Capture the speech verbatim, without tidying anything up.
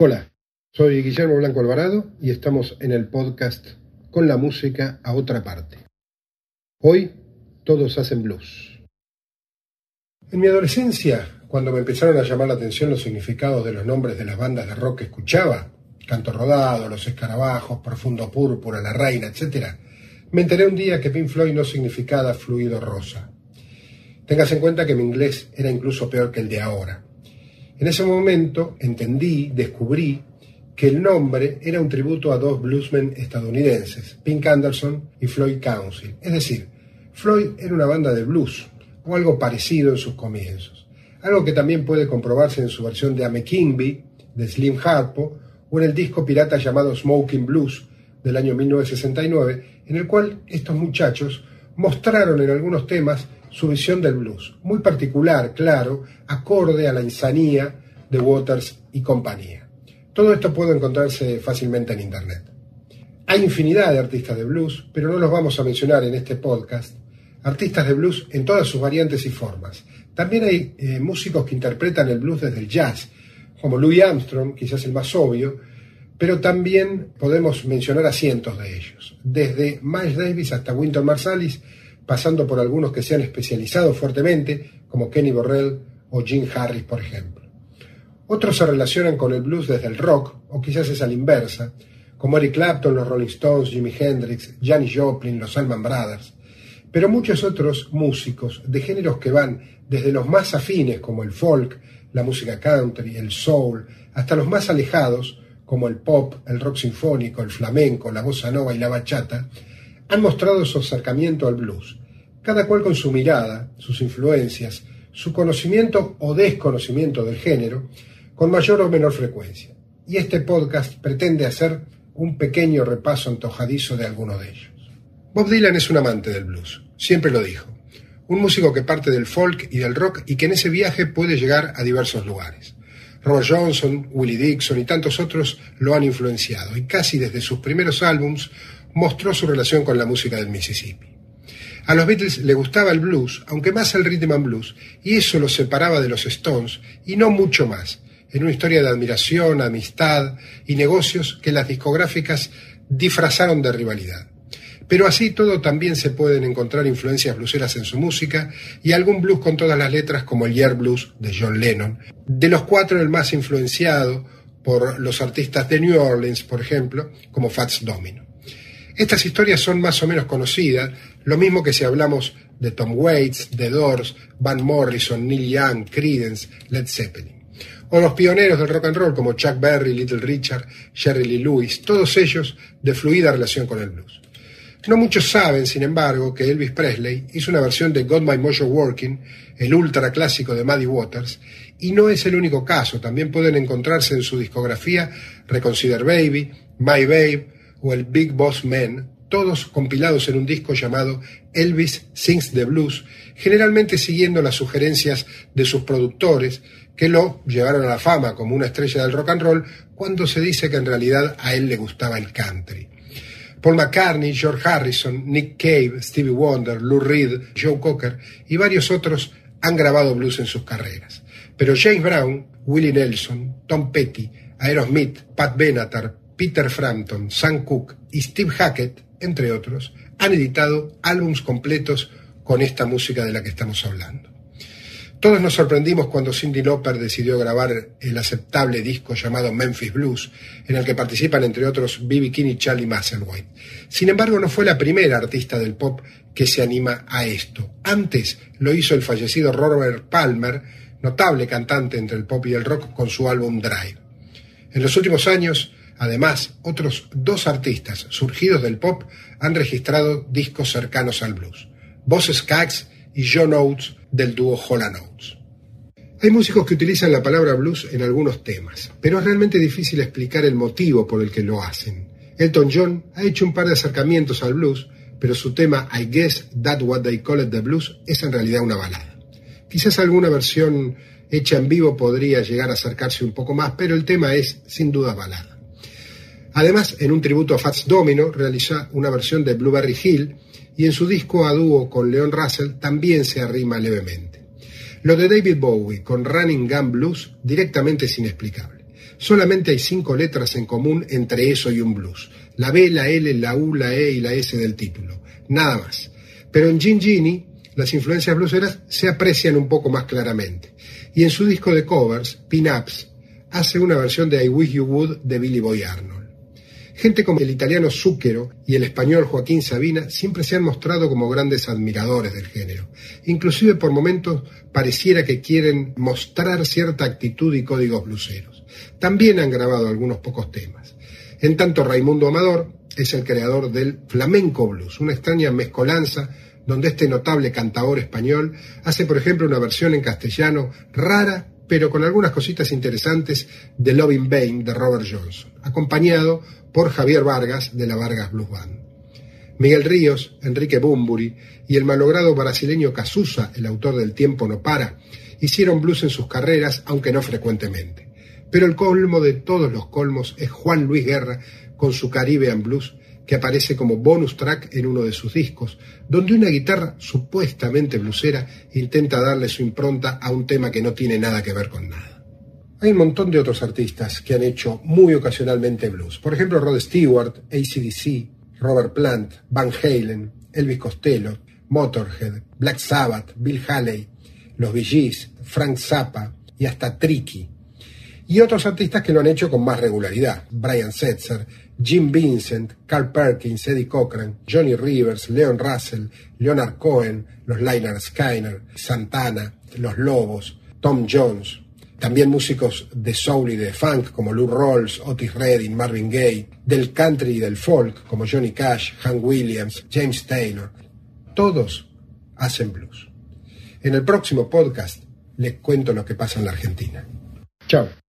Hola, soy Guillermo Blanco Alvarado y estamos en el podcast Con la música a otra parte. Hoy todos hacen blues. En mi adolescencia, cuando me empezaron a llamar la atención los significados de los nombres de las bandas de rock que escuchaba, Canto Rodado, Los Escarabajos, Profundo Púrpura, La Reina, etcétera, me enteré un día que Pink Floyd no significaba fluido rosa. Tengas en cuenta que mi inglés era incluso peor que el de ahora. En ese momento entendí, descubrí, que el nombre era un tributo a dos bluesmen estadounidenses, Pink Anderson y Floyd Council. Es decir, Floyd era una banda de blues, o algo parecido en sus comienzos. Algo que también puede comprobarse en su versión de Ame Kingby, de Slim Harpo, o en el disco pirata llamado Smoking Blues, del año mil novecientos sesenta y nueve, en el cual estos muchachos mostraron en algunos temas su visión del blues, muy particular, claro, acorde a la insanía de Waters y compañía. Todo esto puede encontrarse fácilmente en internet. Hay infinidad de artistas de blues, pero no los vamos a mencionar en este podcast. Artistas de blues en todas sus variantes y formas. También hay eh, músicos que interpretan el blues desde el jazz, como Louis Armstrong, quizás el más obvio, pero también podemos mencionar a cientos de ellos, desde Miles Davis hasta Wynton Marsalis, pasando por algunos que se han especializado fuertemente, como Kenny Burrell o Jim Harris, por ejemplo. Otros se relacionan con el blues desde el rock, o quizás es a la inversa, como Eric Clapton, los Rolling Stones, Jimi Hendrix, Janis Joplin, los Allman Brothers, pero muchos otros músicos de géneros que van desde los más afines, como el folk, la música country, el soul, hasta los más alejados, como el pop, el rock sinfónico, el flamenco, la bossa nova y la bachata, han mostrado su acercamiento al blues, cada cual con su mirada, sus influencias, su conocimiento o desconocimiento del género, con mayor o menor frecuencia. Y este podcast pretende hacer un pequeño repaso antojadizo de alguno de ellos. Bob Dylan es un amante del blues, siempre lo dijo. Un músico que parte del folk y del rock y que en ese viaje puede llegar a diversos lugares. Robert Johnson, Willie Dixon y tantos otros lo han influenciado y casi desde sus primeros álbums mostró su relación con la música del Mississippi. A los Beatles le gustaba el blues, aunque más el rhythm and blues, y eso los separaba de los Stones y no mucho más, en una historia de admiración, amistad y negocios que las discográficas disfrazaron de rivalidad. Pero así todo también se pueden encontrar influencias blueseras en su música y algún blues con todas las letras como el Yer Blues de John Lennon. De los cuatro el más influenciado por los artistas de New Orleans, por ejemplo, como Fats Domino. Estas historias son más o menos conocidas, lo mismo que si hablamos de Tom Waits, The Doors, Van Morrison, Neil Young, Creedence, Led Zeppelin. O los pioneros del rock and roll como Chuck Berry, Little Richard, Jerry Lee Lewis, todos ellos de fluida relación con el blues. No muchos saben, sin embargo, que Elvis Presley hizo una versión de Got My Mojo Working, el ultra clásico de Muddy Waters, y no es el único caso. También pueden encontrarse en su discografía Reconsider Baby, My Babe o el Big Boss Man, todos compilados en un disco llamado Elvis Sings the Blues, generalmente siguiendo las sugerencias de sus productores, que lo llevaron a la fama como una estrella del rock and roll, cuando se dice que en realidad a él le gustaba el country. Paul McCartney, George Harrison, Nick Cave, Stevie Wonder, Lou Reed, Joe Cocker y varios otros han grabado blues en sus carreras. Pero James Brown, Willie Nelson, Tom Petty, Aerosmith, Pat Benatar, Peter Frampton, Sam Cooke y Steve Hackett, entre otros, han editado álbumes completos con esta música de la que estamos hablando. Todos nos sorprendimos cuando Cyndi Lauper decidió grabar el aceptable disco llamado Memphis Blues, en el que participan entre otros B B King y Charlie Musselwhite. Sin embargo, no fue la primera artista del pop que se anima a esto. Antes lo hizo el fallecido Robert Palmer, notable cantante entre el pop y el rock, con su álbum Drive. En los últimos años, además, otros dos artistas surgidos del pop han registrado discos cercanos al blues. Boz Scaggs y John Oates del dúo Hall and Oates. Hay músicos que utilizan la palabra blues en algunos temas, pero es realmente difícil explicar el motivo por el que lo hacen. Elton John ha hecho un par de acercamientos al blues, pero su tema I Guess That's What They Call It the Blues es en realidad una balada. Quizás alguna versión hecha en vivo podría llegar a acercarse un poco más, pero el tema es sin duda balada. Además, en un tributo a Fats Domino, realiza una versión de Blueberry Hill y en su disco a dúo con Leon Russell también se arrima levemente. Lo de David Bowie con Running Gun Blues directamente es inexplicable. Solamente hay cinco letras en común entre eso y un blues. La B, la L, la U, la E y la S del título. Nada más. Pero en Gin Gini, las influencias blueseras se aprecian un poco más claramente. Y en su disco de covers, Pin Ups, hace una versión de I Wish You Would de Billy Boy Arnold. Gente como el italiano Zucchero y el español Joaquín Sabina siempre se han mostrado como grandes admiradores del género. Inclusive por momentos pareciera que quieren mostrar cierta actitud y códigos blueseros. También han grabado algunos pocos temas. En tanto, Raimundo Amador es el creador del flamenco blues, una extraña mezcolanza donde este notable cantador español hace, por ejemplo, una versión en castellano rara, pero con algunas cositas interesantes, de Love in Vain de Robert Johnson, acompañado por Javier Vargas de la Vargas Blues Band. Miguel Ríos, Enrique Bunbury y el malogrado brasileño Cazuza, el autor del Tiempo no para, hicieron blues en sus carreras, aunque no frecuentemente. Pero el colmo de todos los colmos es Juan Luis Guerra con su Caribbean Blues, que aparece como bonus track en uno de sus discos, donde una guitarra supuestamente bluesera intenta darle su impronta a un tema que no tiene nada que ver con nada. Hay un montón de otros artistas que han hecho muy ocasionalmente blues. Por ejemplo, Rod Stewart, A C D C, Robert Plant, Van Halen, Elvis Costello, Motorhead, Black Sabbath, Bill Haley, los Bee Gees, Frank Zappa y hasta Tricky. Y otros artistas que lo han hecho con más regularidad. Brian Setzer, Jim Vincent, Carl Perkins, Eddie Cochran, Johnny Rivers, Leon Russell, Leonard Cohen, los Lynyrd Skynyrd, Santana, Los Lobos, Tom Jones. También músicos de soul y de funk como Lou Rawls, Otis Redding, Marvin Gaye, del country y del folk como Johnny Cash, Hank Williams, James Taylor. Todos hacen blues. En el próximo podcast les cuento lo que pasa en la Argentina. Chao.